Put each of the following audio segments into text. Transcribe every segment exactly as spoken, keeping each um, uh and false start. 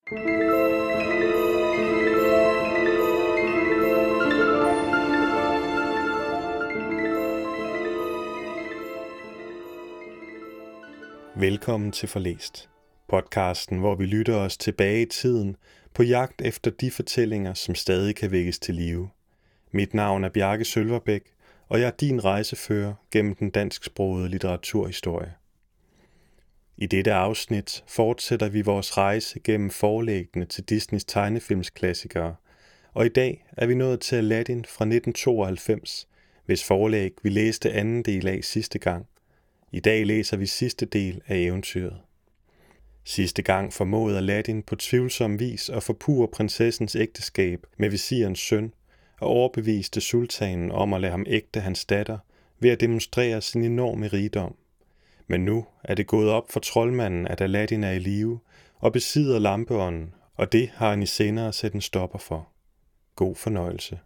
Velkommen til Forlæst, podcasten, hvor vi lytter os tilbage i tiden på jagt efter de fortællinger, som stadig kan vækkes til live. Mit navn er Bjarke Sølverbæk, og jeg er din rejsefører gennem den dansksprogede litteraturhistorie. I dette afsnit fortsætter vi vores rejse gennem forlæggene til Disneys tegnefilmsklassikere, og i dag er vi nået til Aladdin fra nitten tooghalvfems, hvis forlæg vi læste anden del af sidste gang. I dag læser vi sidste del af eventyret. Sidste gang formåede Aladdin på tvivlsom vis at forpurre prinsessens ægteskab med visirens søn og overbeviste sultanen om at lade ham ægte hans datter ved at demonstrere sin enorme rigdom. Men nu er det gået op for troldmanden, at Aladdin er i live og besidder lampeånden, og det har han i senere at sætte en stopper for. God fornøjelse.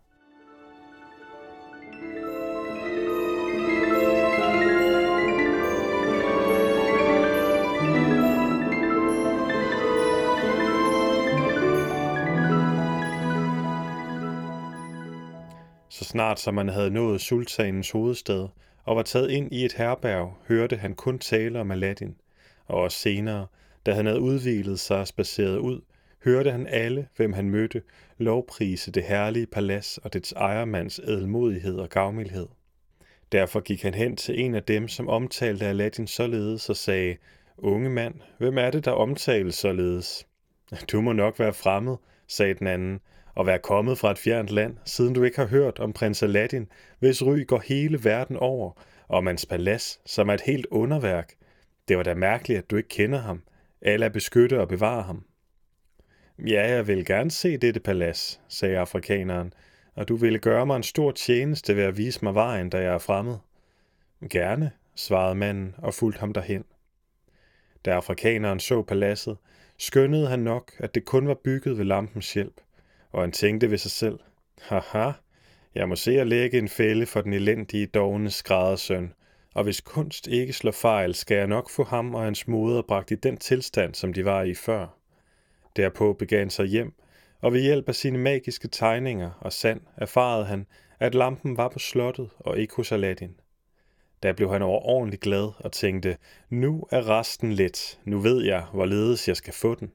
Så snart som man havde nået sultanens hovedstad og var taget ind i et herberg, hørte han kun tale om Aladdin, og også senere, da han havde udhvilet sig og spaceret ud, hørte han alle, hvem han mødte, lovprise det herlige palads og dets ejermands ædelmodighed og gavmildhed. Derfor gik han hen til en af dem, som omtalte Aladdin således og sagde, unge mand, hvem er det, der omtales således? Du må nok være fremmed, sagde den anden, og være kommet fra et fjernt land, siden du ikke har hørt om prins Aladdin, hvis ry går hele verden over, og om hans palads, som er et helt underværk. Det var da mærkeligt, at du ikke kender ham. Alle er beskytte og bevare ham. Ja, jeg vil gerne se dette palads, sagde afrikaneren, og du ville gøre mig en stor tjeneste ved at vise mig vejen, da jeg er fremmed. Gerne, svarede manden og fulgte ham derhen. Da afrikaneren så paladset, skønnede han nok, at det kun var bygget ved lampens hjælp. Og han tænkte ved sig selv, haha, jeg må se at lægge en fælde for den elendige dovne skræddersøn, og hvis kunst ikke slår fejl, skal jeg nok få ham og hans moder bragt i den tilstand, som de var i før. Derpå begav han sig hjem, og ved hjælp af sine magiske tegninger og sand erfarede han, at lampen var på slottet og ikke hos Aladdin. Da blev han overordentligt glad og tænkte, nu er resten let, nu ved jeg, hvorledes jeg skal få den.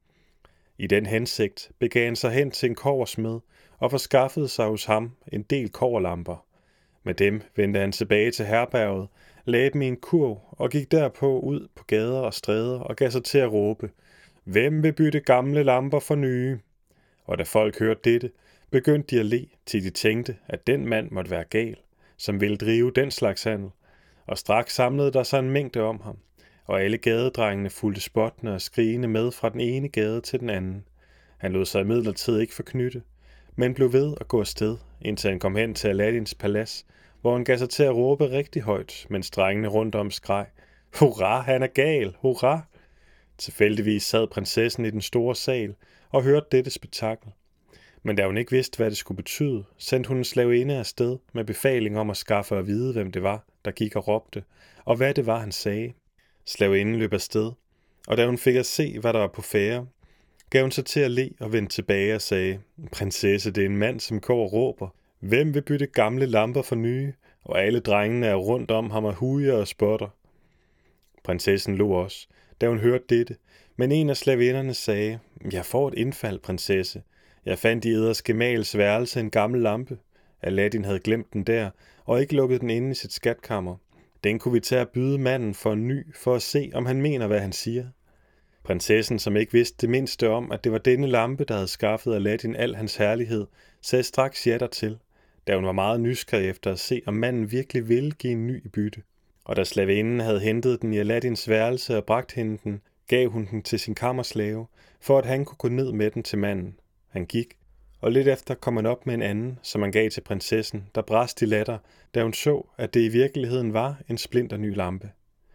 I den hensigt begav han sig hen til en kobbersmed og forskaffede sig hos ham en del kobberlamper. Med dem vendte han tilbage til herberget, lagde dem i en kurv og gik derpå ud på gader og stræder og gav sig til at råbe, hvem vil bytte gamle lamper for nye? Og da folk hørte dette, begyndte de at le, til de tænkte, at den mand måtte være gal, som ville drive den slags handel, og straks samlede der sig en mængde om ham. Og alle gadedrengene fulgte spottende og skrigende med fra den ene gade til den anden. Han lod sig imidlertid ikke forknytte, men blev ved at gå afsted, indtil han kom hen til Aladdins palads, hvor han gav sig til at råbe rigtig højt, mens drengene rundt om skreg, hurra, han er gal, hurra! Tilfældigvis sad prinsessen i den store sal og hørte dette spektakel. Men da hun ikke vidste, hvad det skulle betyde, sendte hun en slavinde afsted med befaling om at skaffe at vide, hvem det var, der gik og råbte, og hvad det var, han sagde. Slavinden løb afsted, og da hun fik at se, hvad der var på færde, gav hun sig til at le og vendte tilbage og sagde, prinsesse, det er en mand, som går og råber. Hvem vil bytte gamle lamper for nye? Og alle drengene er rundt om ham og hujer og spotter. Prinsessen lå også, da hun hørte dette, men en af slavinderne sagde, jeg får et indfald, prinsesse. Jeg fandt i eders gemals værelse en gammel lampe. Aladdin havde glemt den der, og ikke lukket den inde i sit skatkammer. Den kunne vi tage at byde manden for en ny, for at se, om han mener, hvad han siger. Prinsessen, som ikke vidste det mindste om, at det var denne lampe, der havde skaffet Aladdin al hans herlighed, sagde straks ja dertil, da hun var meget nysgerrig efter at se, om manden virkelig ville give en ny i bytte. Og da slavinden havde hentet den i Aladdins værelse og bragt hende den, gav hun den til sin kammerslave, for at han kunne gå ned med den til manden. Han gik, og lidt efter kom han op med en anden, som han gav til prinsessen, der brast i latter, da hun så, at det i virkeligheden var en splinterny lampe.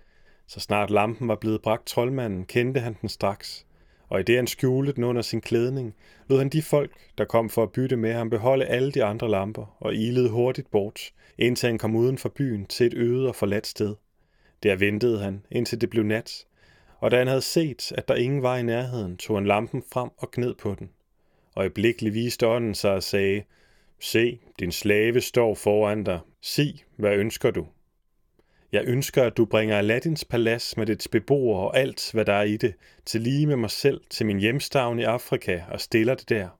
Så snart lampen var blevet bragt troldmanden, kendte han den straks, og i det han skjulte den under sin klædning, lod han de folk, der kom for at bytte med ham, beholde alle de andre lamper og ilede hurtigt bort, indtil han kom uden for byen til et øde og forladt sted. Der ventede han, indtil det blev nat, og da han havde set, at der ingen var i nærheden, tog han lampen frem og gned på den. Og øjeblikkelig viste ånden sig og sagde, se, din slave står foran dig. Sig, hvad ønsker du? Jeg ønsker, at du bringer Aladdins palads med dets beboere og alt, hvad der er i det, til lige med mig selv til min hjemstavn i Afrika og stiller det der.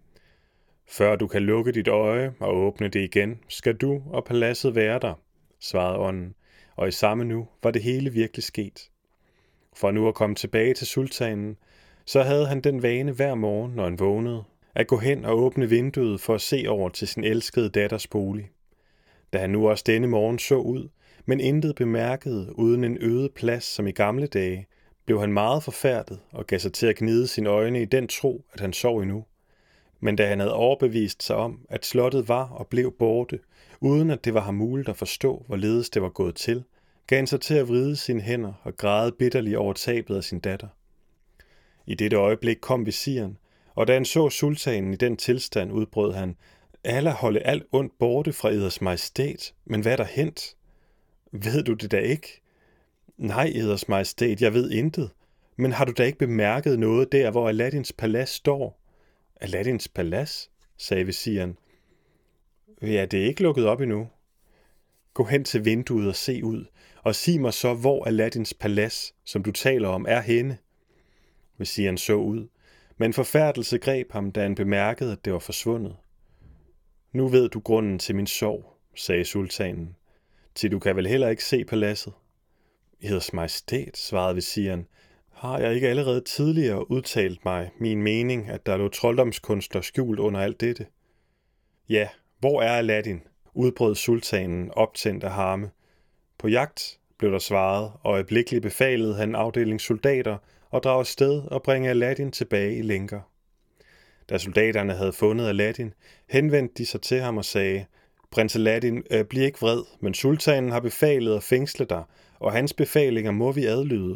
Før du kan lukke dit øje og åbne det igen, skal du og paladset være der, svarede ånden, og i samme nu var det hele virkelig sket. For nu at komme tilbage til sultanen, så havde han den vane hver morgen, når han vågnede, at gå hen og åbne vinduet for at se over til sin elskede datters bolig. Da han nu også denne morgen så ud, men intet bemærkede uden en øde plads som i gamle dage, blev han meget forfærdet og gav sig til at gnide sine øjne i den tro, at han sov endnu. Men da han havde overbevist sig om, at slottet var og blev borte, uden at det var ham muligt at forstå, hvorledes det var gået til, gav han sig til at vride sine hænder og græde bitterligt over tabet af sin datter. I dette øjeblik kom visiren, og da han så sultanen i den tilstand, udbrød han, Allah holde alt ondt borte fra eders majestæt, men hvad er der hent? Ved du det da ikke? Nej, eders majestæt, jeg ved intet, men har du da ikke bemærket noget der, hvor Aladdins palads står? Aladdins palads, sagde visiren. Ja, det er ikke lukket op endnu. Gå hen til vinduet og se ud, og sig mig så, hvor Aladdins palads, som du taler om, er henne. Visiren så ud, men forfærdelse greb ham, da han bemærkede, at det var forsvundet. Nu ved du grunden til min sorg, sagde sultanen, til du kan vel heller ikke se paladset. Eders majestæt, svarede visiren, har jeg ikke allerede tidligere udtalt mig min mening, at der lå trolddomskunster skjult under alt dette? Ja, hvor er Aladdin? Udbrød sultanen, optændt af harme. På jagt, blev der svaret, og øjeblikkeligt befalede han en afdeling soldater og drage sted og bringe Aladdin tilbage i lænker. Da soldaterne havde fundet Aladdin, henvendte de sig til ham og sagde, Prins Aladdin, øh, bliv ikke vred, men sultanen har befalet at fængsle dig, og hans befalinger må vi adlyde.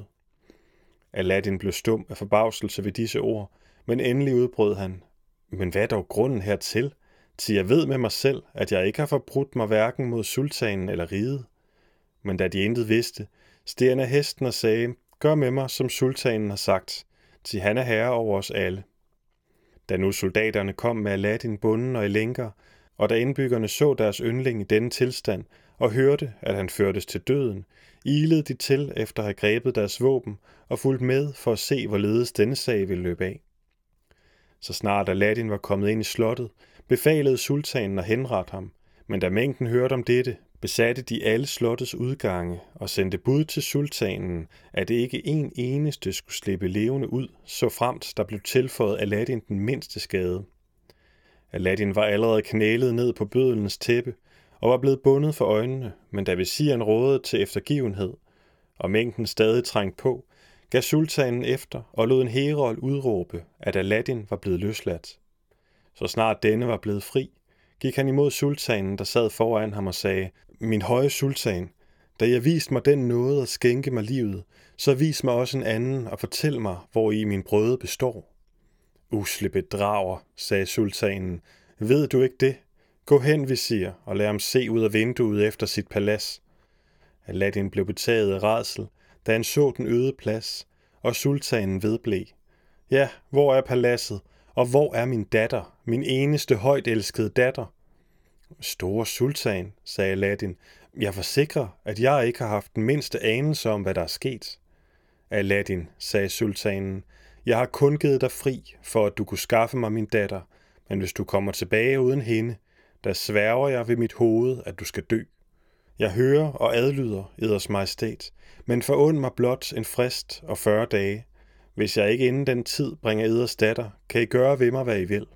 Aladdin blev stum af forbavselse ved disse ord, men endelig udbrød han, men hvad er dog grunden hertil? Til jeg ved med mig selv, at jeg ikke har forbrudt mig hverken mod sultanen eller riget. Men da de intet vidste, steg han af hesten og sagde, gør med mig, som sultanen har sagt, til han er herre over os alle. Da nu soldaterne kom med Aladdin bunden og i lænker, og da indbyggerne så deres yndling i denne tilstand og hørte, at han førtes til døden, ilede de til efter at have grebet deres våben og fulgt med for at se, hvorledes denne sag ville løbe af. Så snart Aladdin var kommet ind i slottet, befalede sultanen at henrette ham, men da mængden hørte om dette, besatte de alle slottets udgange og sendte bud til sultanen, at det ikke en eneste skulle slippe levende ud, så fremt der blev tilføjet Aladdin den mindste skade. Aladdin var allerede knælet ned på bødelens tæppe og var blevet bundet for øjnene, men da visiren rådede til eftergivenhed, og mængden stadig trængte på, gav sultanen efter og lod en herold udråbe, at Aladdin var blevet løsladt. Så snart denne var blevet fri, gik han imod sultanen, der sad foran ham og sagde, min høje sultan, da jeg viste mig den nåde at skænke mig livet, så vis mig også en anden og fortæl mig, hvor i min brøde består. Usle bedrager, sagde sultanen, ved du ikke det? Gå hen, visir, og lad ham se ud af vinduet efter sit palads. Aladdin blev betaget af rædsel, da han så den øde plads, og sultanen vedblev. Ja, hvor er paladset, og hvor er min datter, min eneste højt elskede datter? Store sultan, sagde Aladdin, jeg forsikrer, at jeg ikke har haft den mindste anelse om, hvad der er sket. Aladdin, sagde sultanen, jeg har kun givet dig fri, for at du kunne skaffe mig min datter, men hvis du kommer tilbage uden hende, der sværger jeg ved mit hoved, at du skal dø. Jeg hører og adlyder, eders majestæt, men forund mig blot en frist og fyrre dage. Hvis jeg ikke inden den tid bringer eders datter, kan I gøre ved mig, hvad I vil.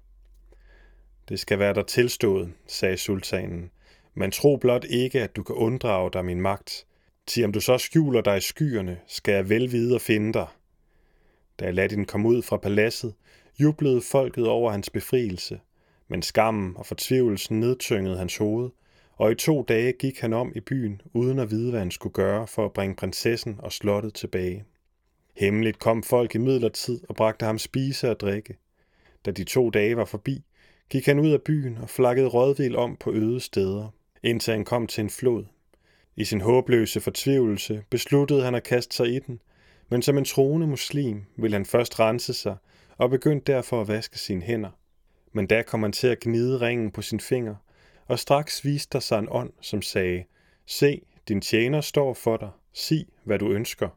Det skal være dig tilstået, sagde sultanen, men tro blot ikke, at du kan unddrage dig min magt. Til om du så skjuler dig i skyerne, skal jeg vel vide at finde dig. Da Aladdin kom ud fra paladset, jublede folket over hans befrielse, men skammen og fortvivlelsen nedtyngede hans hoved, og i to dage gik han om i byen, uden at vide, hvad han skulle gøre for at bringe prinsessen og slottet tilbage. Hemmeligt kom folk i midlertid og bragte ham spise og drikke. Da de to dage var forbi, gik han ud af byen og flakkede rådvild om på øde steder, indtil han kom til en flod. I sin håbløse fortvivlelse besluttede han at kaste sig i den, men som en troende muslim ville han først rense sig og begyndte derfor at vaske sine hænder. Men da kom han til at gnide ringen på sin finger, og straks viste der sig en ånd, som sagde, se, din tjener står for dig, sig, hvad du ønsker.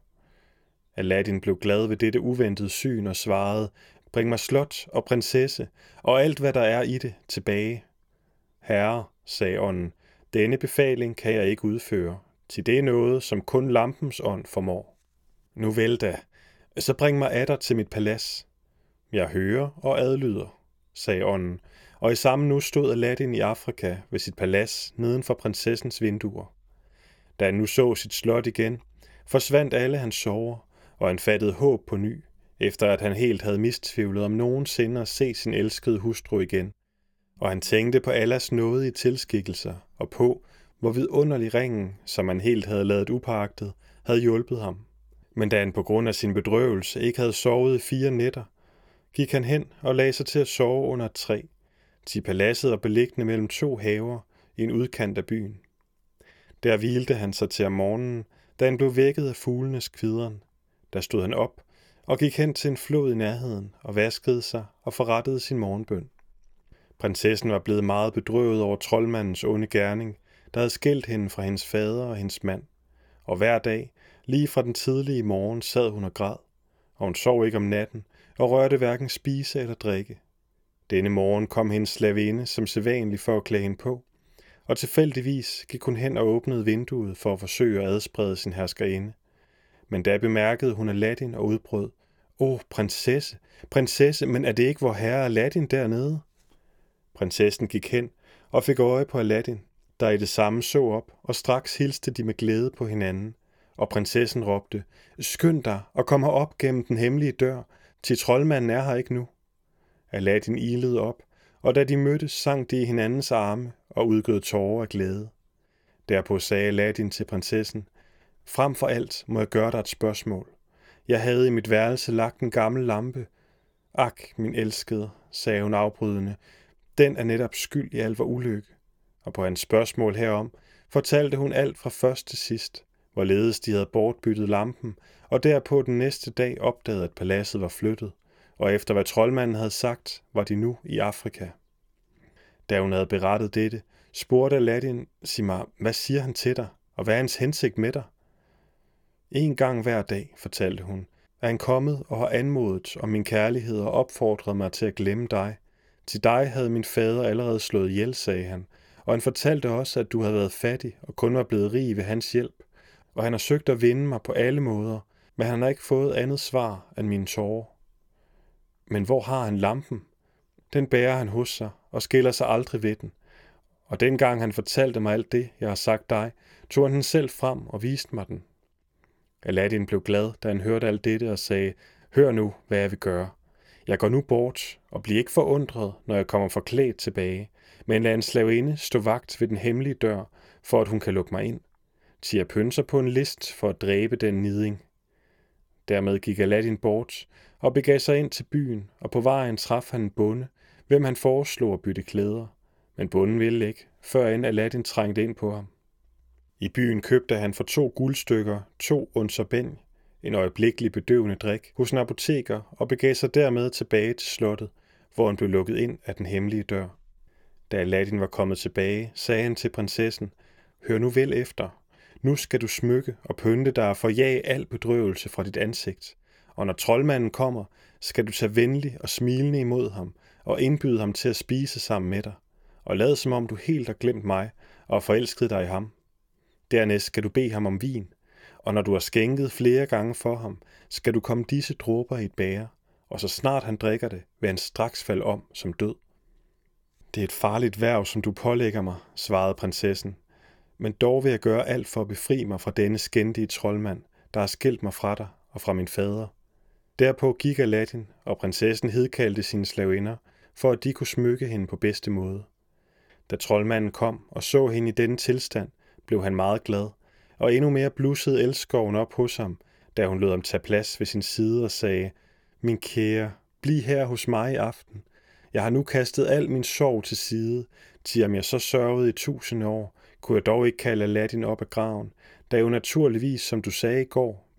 Aladdin blev glad ved dette uventede syn og svarede, bring mig slot og prinsesse og alt, hvad der er i det, tilbage. Herre, sagde ånden, denne befaling kan jeg ikke udføre, til det er noget, som kun lampens ånd formår. Nu vel da, så bring mig atter til mit palads. Jeg hører og adlyder, sagde ånden, og i samme nu stod Aladdin i Afrika ved sit palads neden for prinsessens vinduer. Da han nu så sit slot igen, forsvandt alle hans sorger, og han fattede håb på ny, efter at han helt havde mistvivlet om nogensinde at se sin elskede hustru igen. Og han tænkte på Allahs nådige tilskikkelser og på, hvor vidunderlig ringen, som han helt havde ladet upåagtet, havde hjulpet ham. Men da han på grund af sin bedrøvelse ikke havde sovet i fire nætter, gik han hen og lagde sig til at sove under et træ, til paladset og beliggende mellem to haver i en udkant af byen. Der hvilte han sig til om morgenen, da han blev vækket af fuglenes kvidren. Der stod han op og gik hen til en flod i nærheden og vaskede sig og forrettede sin morgenbøn. Prinsessen var blevet meget bedrøvet over troldmandens onde gerning, der havde skilt hende fra hendes fader og hendes mand, og hver dag, lige fra den tidlige morgen, sad hun og græd, og hun sov ikke om natten og rørte hverken spise eller drikke. Denne morgen kom hendes slavinde som sædvanlig for at klæde hende på, og tilfældigvis gik hun hen og åbnede vinduet for at forsøge at adsprede sin herskerinde. Men da bemærkede hun Aladdin og udbrød, åh, prinsesse, prinsesse, men er det ikke vor herre Aladdin dernede? Prinsessen gik hen og fik øje på Aladdin, der i det samme så op, og straks hilste de med glæde på hinanden, og prinsessen råbte, skynd dig og kom herop gennem den hemmelige dør, til troldmanden er her ikke nu. Aladdin ilede op, og da de mødtes, sang de i hinandens arme og udgød tårer af glæde. Derpå sagde Aladdin til prinsessen, frem for alt må jeg gøre dig et spørgsmål. Jeg havde i mit værelse lagt en gammel lampe. Ak, min elskede, sagde hun afbrydende, den er netop skyld i al vor ulykke. Og på hans spørgsmål herom fortalte hun alt fra først til sidst, hvorledes de havde bortbyttet lampen, og derpå den næste dag opdagede, at paladset var flyttet, og efter hvad troldmanden havde sagt, var de nu i Afrika. Da hun havde berettet dette, spurgte Aladdin, sig mig, hvad siger han til dig, og hvad er hans hensigt med dig? En gang hver dag, fortalte hun, er han kommet og har anmodet om min kærlighed og opfordret mig til at glemme dig. Til dig havde min fader allerede slået ihjel, sagde han, og han fortalte også, at du havde været fattig og kun var blevet rig ved hans hjælp, og han har søgt at vinde mig på alle måder, men han har ikke fået andet svar end mine tårer. Men hvor har han lampen? Den bærer han hos sig og skiller sig aldrig ved den. Og dengang han fortalte mig alt det, jeg har sagt dig, tog han den selv frem og viste mig den. Aladdin blev glad, da han hørte alt dette og sagde, hør nu, hvad jeg vil gøre. Jeg går nu bort og bliver ikke forundret, når jeg kommer forklædt tilbage, men lad en slavinde stå vagt ved den hemmelige dør, for at hun kan lukke mig ind. Til jeg pynser på en list for at dræbe den niding. Dermed gik Aladdin bort og begav sig ind til byen, og på vejen traf han en bonde, hvem han foreslog at bytte klæder. Men bonden ville ikke, før end Aladdin trængte ind på ham. I byen købte han for to guldstykker to unser bænd, en øjeblikkelig bedøvende drik, hos en apoteker og begav sig dermed tilbage til slottet, hvor han blev lukket ind af den hemmelige dør. Da Aladdin var kommet tilbage, sagde han til prinsessen, hør nu vel efter. Nu skal du smykke og pynte dig og forjage al bedrøvelse fra dit ansigt. Og når troldmanden kommer, skal du tage venlig og smilende imod ham og indbyde ham til at spise sammen med dig. Og lad som om du helt har glemt mig og forelsket dig i ham. Dernæst skal du bede ham om vin, og når du har skænket flere gange for ham, skal du komme disse dråber i et bæger, og så snart han drikker det, vil han straks falde om som død. Det er et farligt værv, som du pålægger mig, svarede prinsessen, men dog vil jeg gøre alt for at befri mig fra denne skændige troldmand, der har skilt mig fra dig og fra min fader. Derpå gik Aladdin, og prinsessen hedkaldte sine slavinder, for at de kunne smykke hende på bedste måde. Da troldmanden kom og så hende i denne tilstand, blev han meget glad, og endnu mere blussede elskoven op hos ham, da hun lod ham tage plads ved sin side og sagde, min kære, bliv her hos mig i aften. Jeg har nu kastet al min sorg til side, til om jeg så sørgede i tusind år, kunne jeg dog ikke kalde Aladdin op af graven, da jo naturligvis, som du sagde i går,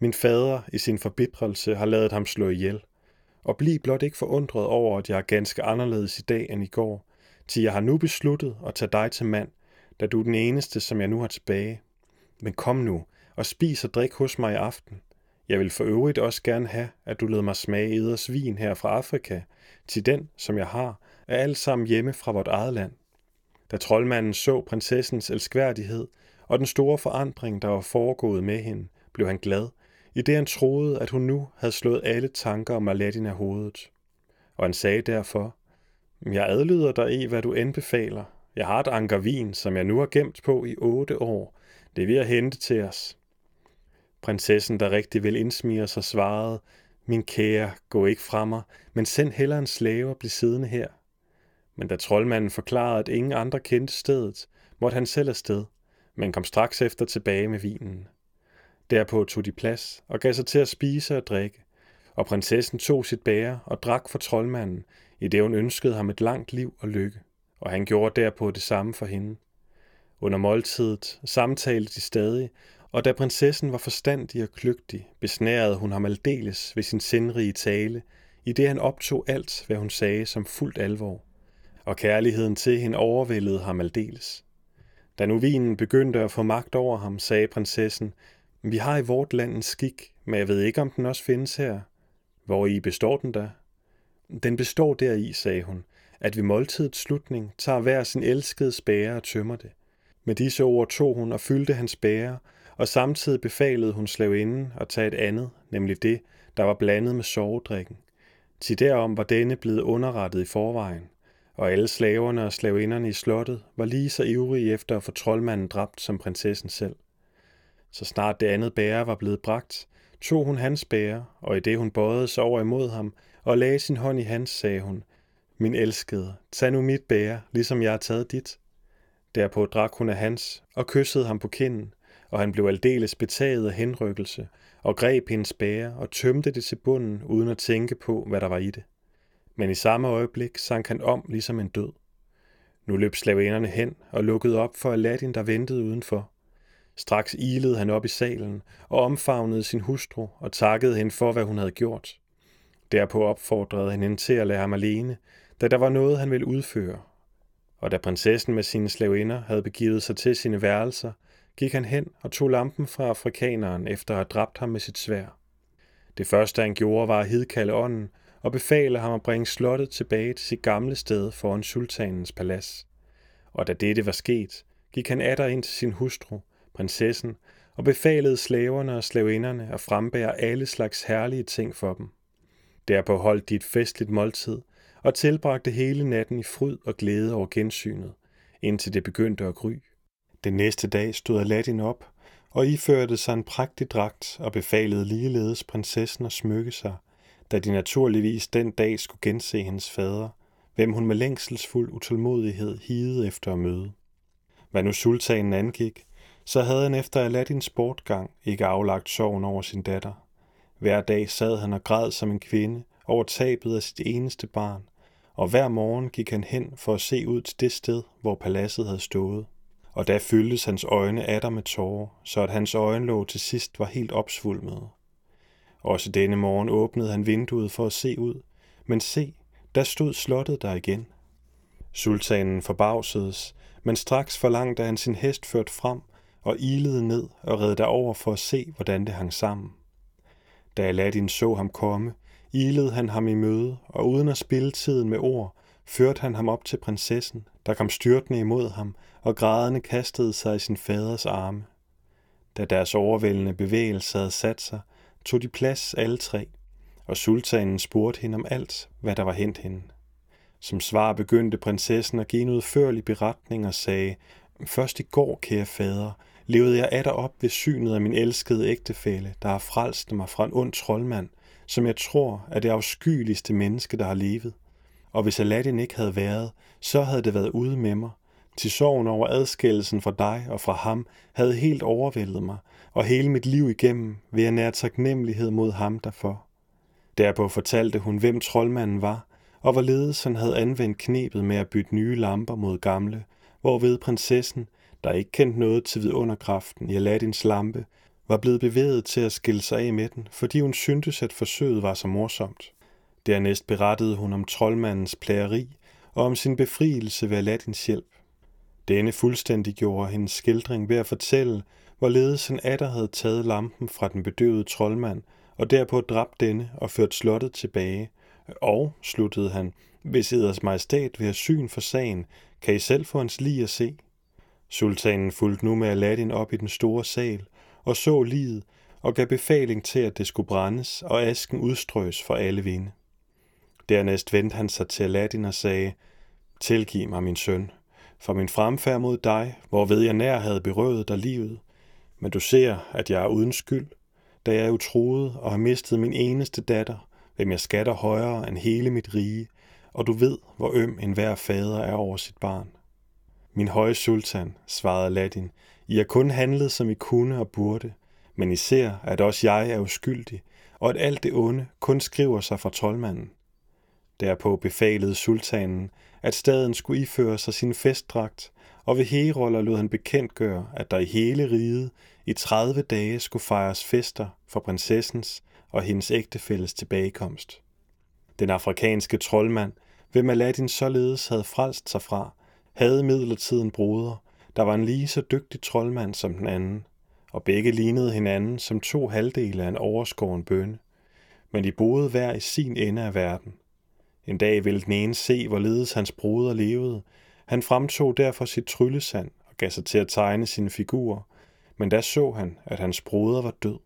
Min fader i sin forbitrelse har ladet ham slå ihjel. Og bliv blot ikke forundret over, at jeg er ganske anderledes i dag end i går, til jeg har nu besluttet at tage dig til mand, da du er den eneste, som jeg nu har tilbage. Men kom nu, og spis og drik hos mig i aften. Jeg vil for øvrigt også gerne have, at du lader mig smage eders vin her fra Afrika, til den, som jeg har, er alt sammen hjemme fra vort eget land. Da troldmanden så prinsessens elskværdighed og den store forandring, der var foregået med hende, blev han glad, i det han troede, at hun nu havde slået alle tanker om Aladdin af hovedet. Og han sagde derfor, jeg adlyder dig i, hvad du end befaler. Jeg har et anker vin, som jeg nu har gemt på i otte år. Det er ved at hente til os. Prinsessen, der rigtig vil indsmire sig, svarede, min kære, gå ikke fra mig, men send hellere en slave og bliv siddende her. Men da troldmanden forklarede, at ingen andre kendte stedet, måtte han selv afsted, men kom straks efter tilbage med vinen. Derpå tog de plads og gav sig til at spise og drikke, og prinsessen tog sit bæger og drak for troldmanden, i det hun ønskede ham et langt liv og lykke, og han gjorde derpå det samme for hende. Under måltidet samtalte de stadig, og da prinsessen var forstandig og kløgtig, besnærede hun ham aldeles ved sin sindrige tale, i det han optog alt, hvad hun sagde som fuldt alvor, og kærligheden til hende overvældede ham aldeles. Da nu vinen begyndte at få magt over ham, sagde prinsessen, vi har i vort land en skik, men jeg ved ikke, om den også findes her. Hvori består den da? Den består deri, sagde hun, at ved måltidets slutning tager hver sin elskede spære og tømmer det. Med disse ord tog hun og fyldte hans bære, og samtidig befalede hun slavinden at tage et andet, nemlig det, der var blandet med sovedrikken. Til derom var denne blevet underrettet i forvejen, og alle slaverne og slavinderne i slottet var lige så ivrige efter at få troldmanden dræbt som prinsessen selv. Så snart det andet bære var blevet bragt, tog hun hans bære, og i det hun bøjede sig over imod ham og lagde sin hånd i hans, sagde hun, min elskede, tag nu mit bære, ligesom jeg har taget dit. Derpå drak hun af hans og kyssede ham på kinden, og han blev aldeles betaget af henrykkelse og greb hendes bære og tømte det til bunden uden at tænke på, hvad der var i det. Men i samme øjeblik sank han om ligesom en død. Nu løb slavinderne hen og lukkede op for Aladdin, der ventede udenfor. Straks ilede han op i salen og omfavnede sin hustru og takkede hende for, hvad hun havde gjort. Derpå opfordrede han hende til at lade ham alene, da der var noget, han ville udføre. Og da prinsessen med sine slavinder havde begivet sig til sine værelser, gik han hen og tog lampen fra afrikaneren efter at have dræbt ham med sit sværd. Det første, han gjorde, var at hidkalde ånden og befale ham at bringe slottet tilbage til sit gamle sted foran sultanens palads. Og da dette var sket, gik han atter ind til sin hustru, prinsessen, og befalede slaverne og slavinderne at frembære alle slags herlige ting for dem. Derpå holdt de et festligt måltid og tilbragte hele natten i fryd og glæde over gensynet, indtil det begyndte at gry. Den næste dag stod Aladdin op og iførte sig en prægtig dragt og befalede ligeledes prinsessen at smykke sig, da de naturligvis den dag skulle gense hendes fader, hvem hun med længselsfuld utålmodighed higede efter at møde. Hvad nu sultanen angik, så havde han efter Aladdins bortgang ikke aflagt sorgen over sin datter. Hver dag sad han og græd som en kvinde over tabet af sit eneste barn, og hver morgen gik han hen for at se ud til det sted, hvor paladset havde stået. Og da fyldtes hans øjne atter med tårer, så at hans øjenlåg til sidst var helt opsvulmede. Også denne morgen åbnede han vinduet for at se ud, men se, der stod slottet der igen. Sultanen forbavsedes, men straks forlangte han sin hest ført frem og ilede ned og red derover for at se, hvordan det hang sammen. Da Aladdin så ham komme, ilede han ham i møde, og uden at spilde tiden med ord, førte han ham op til prinsessen, der kom styrtende imod ham og grædende kastede sig i sin faders arme. Da deres overvældende bevægelse havde sat sig, tog de plads alle tre, og sultanen spurgte hende om alt, hvad der var hent hende. Som svar begyndte prinsessen at give en udførlig beretning og sagde, først i går, kære fader, levede jeg atter op ved synet af min elskede ægtefælle, der har frelst mig fra en ond troldmand, som jeg tror er det afskyeligste menneske, der har levet. Og hvis Aladdin ikke havde været, så havde det været ude med mig. Til sorgen over adskillelsen fra dig og fra ham havde helt overvældet mig, og hele mit liv igennem vil jeg nære taknemmelighed mod ham derfor. Derpå fortalte hun, hvem troldmanden var, og hvorledes han havde anvendt knebet med at bytte nye lamper mod gamle, hvorved prinsessen, der ikke kendte noget til vidunderkraften i Aladdins lampe, var blevet bevæget til at skille sig af med den, fordi hun syntes, at forsøget var så morsomt. Dernæst berettede hun om troldmandens plageri og om sin befrielse ved Aladdins hjælp. Denne fuldstændig gjorde hendes skildring ved at fortælle, hvorledes han atter havde taget lampen fra den bedøvede troldmand og derpå dræbt denne og ført slottet tilbage. Og, sluttede han, hvis eders majestæt vil have syn for sagen, kan I selv få hans lig at se. Sultanen fulgte nu med Aladdin op i den store sal og så liget og gav befaling til, at det skulle brændes og asken udstrøs for alle vinde. Dernæst vendte han sig til Aladdin og sagde, tilgiv mig, min søn, for min fremfærd mod dig, hvorved jeg nær havde berøvet dig livet. Men du ser, at jeg er uden skyld, da jeg er utroet og har mistet min eneste datter, hvem jeg skatter højere end hele mit rige, og du ved, hvor øm enhver fader er over sit barn. Min høje sultan, svarede Aladdin, I har kun handlet, som I kunne og burde, men I ser, at også jeg er uskyldig, og at alt det onde kun skriver sig fra troldmanden. Derpå befalede sultanen, at staden skulle iføre sig sin festdragt, og ved heroller lod han bekendtgøre, at der i hele riget i tredive dage skulle fejres fester for prinsessens og hendes ægtefælles tilbagekomst. Den afrikanske troldmand, hvem Aladdin således havde frelst sig fra, havde imidlertid en broder, der var en lige så dygtig troldmand som den anden, og begge lignede hinanden som to halvdele af en overskåren bønne, men de boede hver i sin ende af verden. En dag ville den ene se, hvorledes hans broder levede. Han fremtog derfor sit tryllesand og gav sig til at tegne sine figurer, men da så han, at hans broder var død.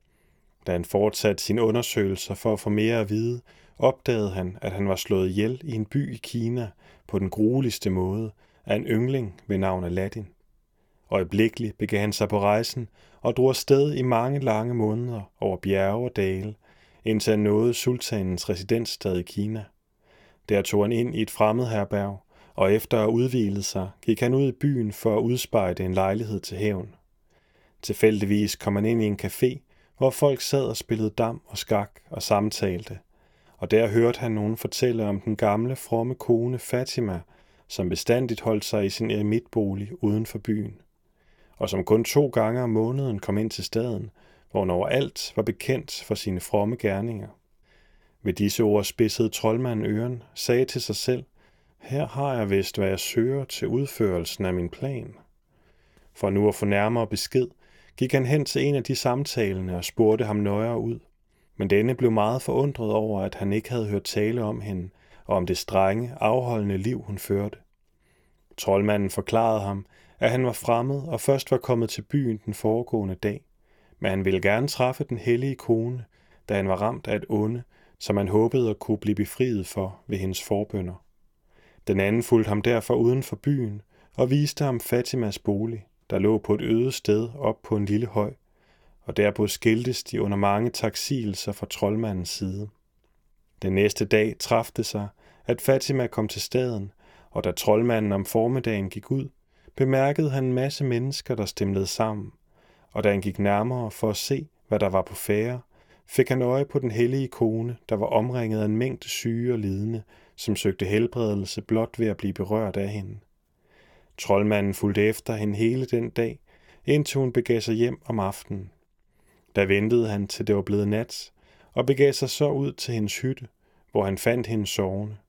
Da han fortsatte sine undersøgelser for at få mere at vide, opdagede han, at han var slået ihjel i en by i Kina på den grueligste måde af en yngling ved navn Aladdin. Øjeblikkeligt begav han sig på rejsen og drog afsted i mange lange måneder over bjerge og dale, indtil han nåede sultanens residensstad i Kina. Der tog han ind i et fremmedherberg, og efter at have udhvilet sig, gik han ud i byen for at udspejde en lejlighed til hævn. Tilfældigvis kom han ind i en café, hvor folk sad og spillede dam og skak og samtalte, og der hørte han nogen fortælle om den gamle, fromme kone Fatima, som bestandigt holdt sig i sin eremitbolig uden for byen, og som kun to gange om måneden kom ind til staden, hvor hun overalt var bekendt for sine fromme gerninger. Ved disse ord spidsede troldmanden øren, sagde til sig selv, her har jeg vist, hvad jeg søger til udførelsen af min plan. For nu at få nærmere besked, gik han hen til en af de samtalende og spurgte ham nøjere ud. Men denne blev meget forundret over, at han ikke havde hørt tale om hende, og om det strenge, afholdende liv, hun førte. Troldmanden forklarede ham, at han var fremmed og først var kommet til byen den foregående dag, men han ville gerne træffe den hellige kone, da han var ramt af et onde, som han håbede at kunne blive befriet for ved hendes forbønner. Den anden fulgte ham derfor uden for byen og viste ham Fatimas bolig, der lå på et øde sted op på en lille høj, og derpå skiltes de under mange taksigelser fra troldmandens side. Den næste dag traf det sig, at Fatima kom til staden, og da troldmanden om formiddagen gik ud, bemærkede han en masse mennesker, der stemlede sammen, og da han gik nærmere for at se, hvad der var på færde, fik han øje på den hellige kone, der var omringet af en mængde syge og lidende, som søgte helbredelse blot ved at blive berørt af hende. Troldmanden fulgte efter hende hele den dag, indtil hun begav sig hjem om aftenen. Der ventede han, til det var blevet nat, og begav sig så ud til hendes hytte, hvor han fandt hende sovende.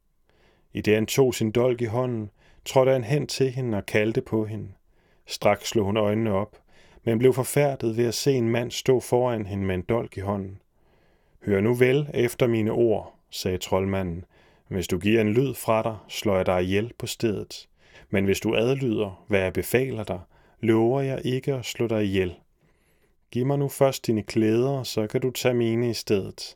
I det han tog sin dolk i hånden, trådte han hen til hende og kaldte på hende. Straks slog hun øjnene op, men blev forfærdet ved at se en mand stå foran hende med en dolk i hånden. Hør nu vel efter mine ord, sagde troldmanden. Hvis du giver en lyd fra dig, slår jeg dig ihjel på stedet. Men hvis du adlyder, hvad jeg befaler dig, lover jeg ikke at slå dig ihjel. Giv mig nu først dine klæder, så kan du tage mine i stedet.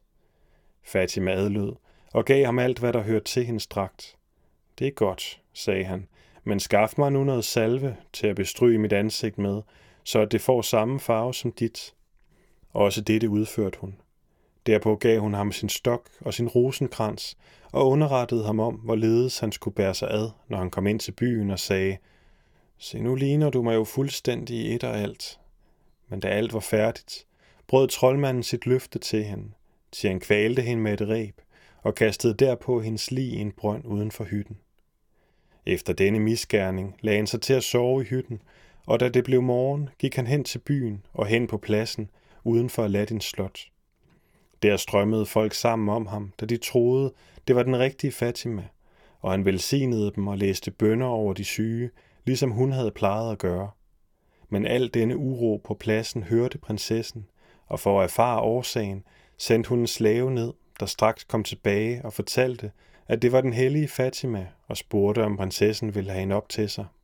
Fatima adlød og gav ham alt, hvad der hørte til hendes dragt. Det er godt, sagde han, men skaf mig nu noget salve til at bestryge mit ansigt med, så at det får samme farve som dit. Også dette udførte hun. Derpå gav hun ham sin stok og sin rosenkrans og underrettede ham om, hvorledes han skulle bære sig ad, når han kom ind til byen og sagde, se, nu ligner du mig jo fuldstændig i et og alt. Men da alt var færdigt, brød troldmanden sit løfte til hende, til han kvalte hende med et reb og kastede derpå hendes lig i en brønd uden for hytten. Efter denne misgerning lagde han sig til at sove i hytten, og da det blev morgen, gik han hen til byen og hen på pladsen uden for Aladdins slot. Der strømmede folk sammen om ham, da de troede, det var den rigtige Fatima, og han velsignede dem og læste bønner over de syge, ligesom hun havde plejet at gøre. Men al denne uro på pladsen hørte prinsessen, og for at erfare årsagen, sendte hun en slave ned, der straks kom tilbage og fortalte, at det var den hellige Fatima, og spurgte, om prinsessen ville have hende op til sig.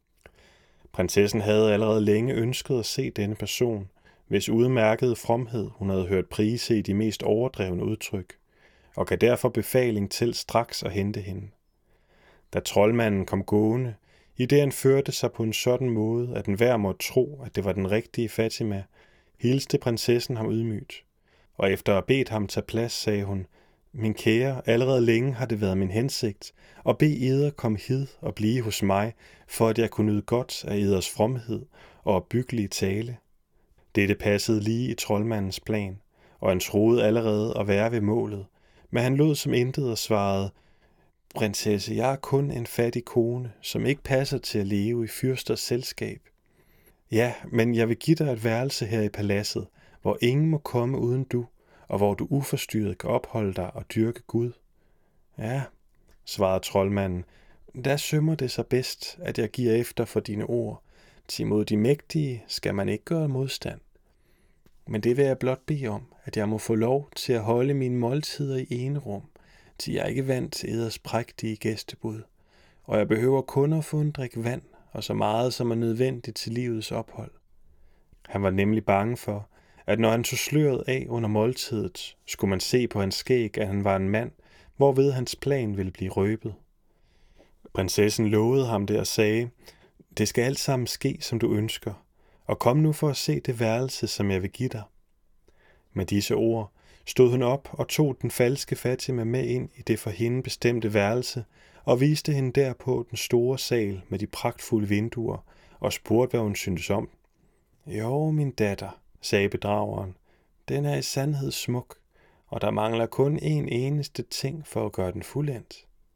Prinsessen havde allerede længe ønsket at se denne person, hvis udmærkede fromhed hun havde hørt prise i de mest overdrevne udtryk, og gav derfor befaling til straks at hente hende. Da troldmanden kom gående, i det han førte sig på en sådan måde, at enhver måtte tro, at det var den rigtige Fatima, hilste prinsessen ham ydmygt. Og efter at have bedt ham tage plads, sagde hun, min kære, allerede længe har det været min hensigt, at bede eder komme hid og blive hos mig, for at jeg kunne nyde godt af eders fromhed og opbyggelige tale. Dette passede lige i troldmandens plan, og han troede allerede at være ved målet, men han lod som intet og svarede, prinsesse, jeg er kun en fattig kone, som ikke passer til at leve i fyrsters selskab. Ja, men jeg vil give dig et værelse her i paladset, hvor ingen må komme uden du, og hvor du uforstyrret kan opholde dig og dyrke Gud. Ja, svarede troldmanden, der sømmer det sig bedst, at jeg giver efter for dine ord. Til mod de mægtige skal man ikke gøre modstand. Men det vil jeg blot bede om, at jeg må få lov til at holde mine måltider i ene rum, til jeg er ikke vant til eders prægtige gæstebud, og jeg behøver kun at få en drik vand, og så meget som er nødvendigt til livets ophold. Han var nemlig bange for, at når han tog sløret af under måltidet, skulle man se på hans skæg, at han var en mand, hvorved hans plan ville blive røbet. Prinsessen lovede ham det og sagde, det skal alt sammen ske, som du ønsker, og kom nu for at se det værelse, som jeg vil give dig. Med disse ord stod hun op og tog den falske Fatima med ind i det for hende bestemte værelse og viste hende derpå den store sal med de pragtfulde vinduer og spurgte, hvad hun syntes om. Jo, min datter, sagde bedrageren, den er i sandhed smuk, og der mangler kun en eneste ting for at gøre den fuldendt.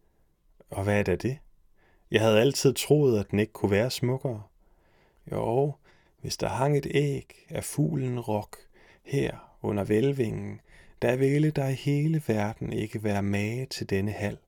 Og hvad er da det? Jeg havde altid troet, at den ikke kunne være smukkere. Jo, hvis der hang et æg af fuglen rok her under vælvingen, der ville der i hele verden ikke være mage til denne hal.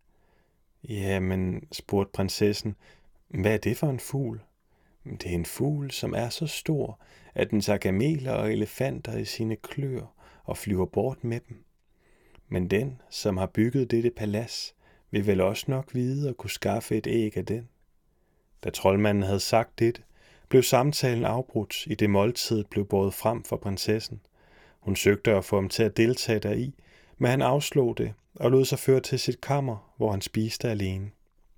Jamen, spurgte prinsessen, hvad er det for en fugl? Det er en fugl, som er så stor, at den tager gameler og elefanter i sine kløer og flyver bort med dem. Men den, som har bygget dette palads, vil vel også nok vide at kunne skaffe et æg af den. Da troldmanden havde sagt dette, blev samtalen afbrudt, i det måltidet blev båret frem for prinsessen. Hun søgte at få ham til at deltage deri, men han afslog det og lod sig føre til sit kammer, hvor han spiste alene.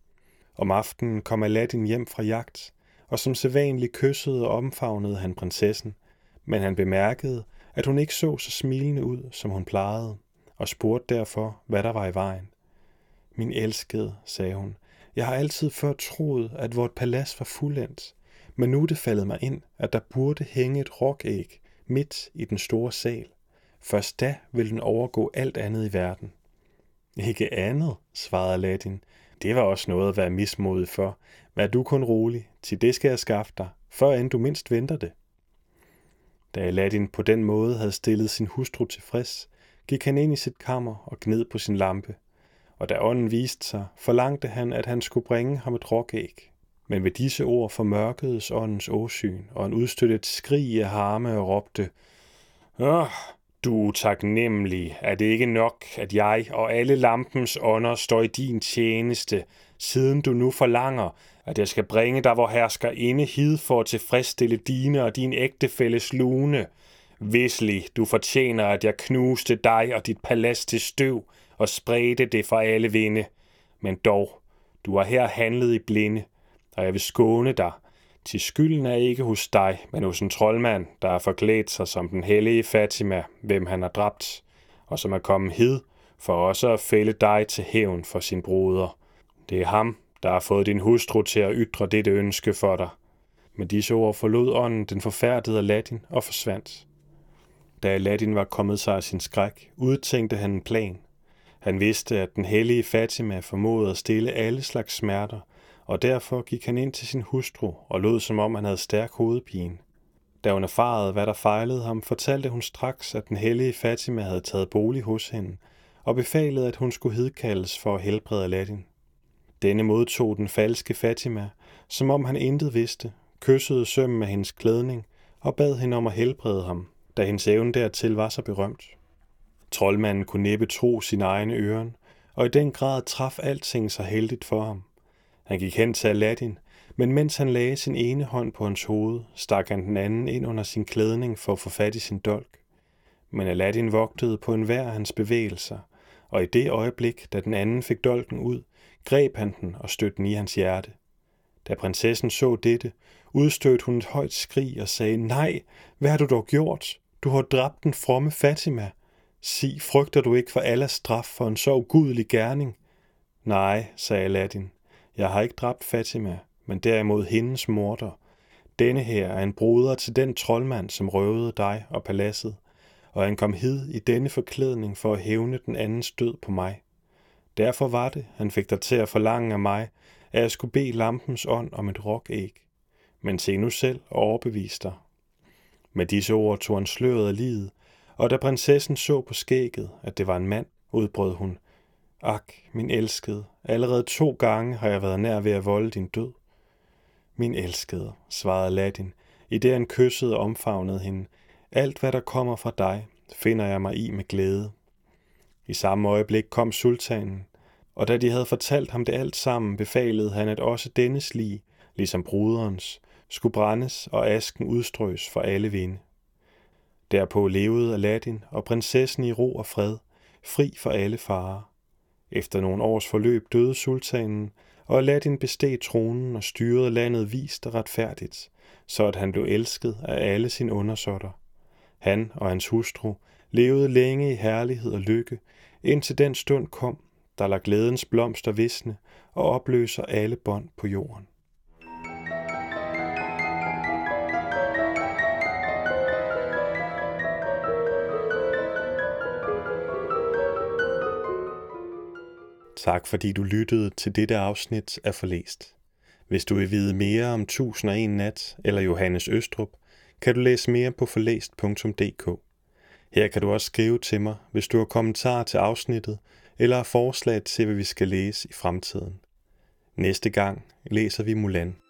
Om aftenen kom Aladdin hjem fra jagt, og som sædvanligt kyssede og omfavnede han prinsessen, men han bemærkede, at hun ikke så så smilende ud, som hun plejede, og spurgte derfor, hvad der var i vejen. Min elskede, sagde hun, jeg har altid før troet, at vort palads var fuldendt, men nu er det faldet mig ind, at der burde hænge et rokæg midt i den store sal. Først da vil den overgå alt andet i verden. Ikke andet, svarede Aladdin. Det var også noget at være mismodig for. Vær du kun rolig, til det skal jeg skaffe dig, før end du mindst venter det. Da Aladdin på den måde havde stillet sin hustru tilfreds, gik han ind i sit kammer og gned på sin lampe, og da ånden viste sig, forlangte han, at han skulle bringe ham et rokæg. Men ved disse ord formørkedes åndens åsyn, og han udstødte et skrig af harme og råbte, Åh, du er taknemmelig, er det ikke nok, at jeg og alle lampens ånder står i din tjeneste, siden du nu forlanger, at jeg skal bringe dig, hvor hersker inde hid for at tilfredsstille dine og din ægtefælles lune. Vislig, du fortjener, at jeg knuste dig og dit palads til støv og spredte det for alle vinde. Men dog, du har her handlet i blinde, og jeg vil skåne dig. Til skylden er ikke hos dig, men hos en troldmand, der har forklædt sig som den hellige Fatima, hvem han har dræbt, og som er kommet hid for også at fælde dig til hævn for sin broder. Det er ham, der har fået din hustru til at ytre dette ønske for dig. Med disse ord forlod ånden den forfærdede Aladdin og forsvandt. Da Aladdin var kommet sig af sin skræk, udtænkte han en plan. Han vidste, at den hellige Fatima formåede at stille alle slags smerter, og derfor gik han ind til sin hustru og lod som om han havde stærk hovedpine. Da hun erfarede, hvad der fejlede ham, fortalte hun straks, at den hellige Fatima havde taget bolig hos hende, og befalede, at hun skulle hidkaldes for at helbrede Aladdin. Denne modtog den falske Fatima, som om han intet vidste, kyssede sømmen af hendes klædning og bad hende om at helbrede ham, da hendes evne dertil var så berømt. Troldmanden kunne næppe tro sine egne øren, og i den grad traf alting så heldigt for ham. Han gik hen til Aladdin, men mens han lagde sin ene hånd på hans hoved, stak han den anden ind under sin klædning for at få fat i sin dolk. Men Aladdin vogtede på enhver af hans bevægelser, og i det øjeblik, da den anden fik dolken ud, greb han den og stødte den i hans hjerte. Da prinsessen så dette, udstødte hun et højt skrig og sagde, nej, hvad har du dog gjort? Du har dræbt den fromme Fatima. Sig, frygter du ikke for Allahs straf for en så ugudelig gerning? Nej, sagde Aladdin, jeg har ikke dræbt Fatima, men derimod hendes morder. Denne her er en broder til den troldmand, som røvede dig og paladset, og han kom hid i denne forklædning for at hævne den andens død på mig. Derfor var det, han fik dig til at forlange af mig, at jeg skulle bede lampens ånd om et rokæg. Men se nu selv og overbevis dig. Med disse ord tog han sløret af liget, og da prinsessen så på skægget, at det var en mand, udbrød hun, ak, min elskede, allerede to gange har jeg været nær ved at volde din død. Min elskede, svarede Aladdin, i det han kyssede og omfavnede hende, alt hvad der kommer fra dig, finder jeg mig i med glæde. I samme øjeblik kom sultanen, og da de havde fortalt ham det alt sammen, befalede han, at også dennes lig, ligesom bruderens, skulle brændes og asken udstrøs for alle vinde. Derpå levede Aladdin og prinsessen i ro og fred, fri for alle farer. Efter nogle års forløb døde sultanen, og Aladdin besteg tronen og styrede landet vist og retfærdigt, så at han blev elsket af alle sine undersåtter. Han og hans hustru levede længe i herlighed og lykke, indtil den stund kom, der lader glædens blomster visne og opløser alle bånd på jorden. Tak fordi du lyttede til dette afsnit af Forlæst. Hvis du vil vide mere om tusind og en nat eller Johannes Østrup, kan du læse mere på forlæst punktum d k. Her kan du også skrive til mig, hvis du har kommentarer til afsnittet eller har forslag til, hvad vi skal læse i fremtiden. Næste gang læser vi Mulan.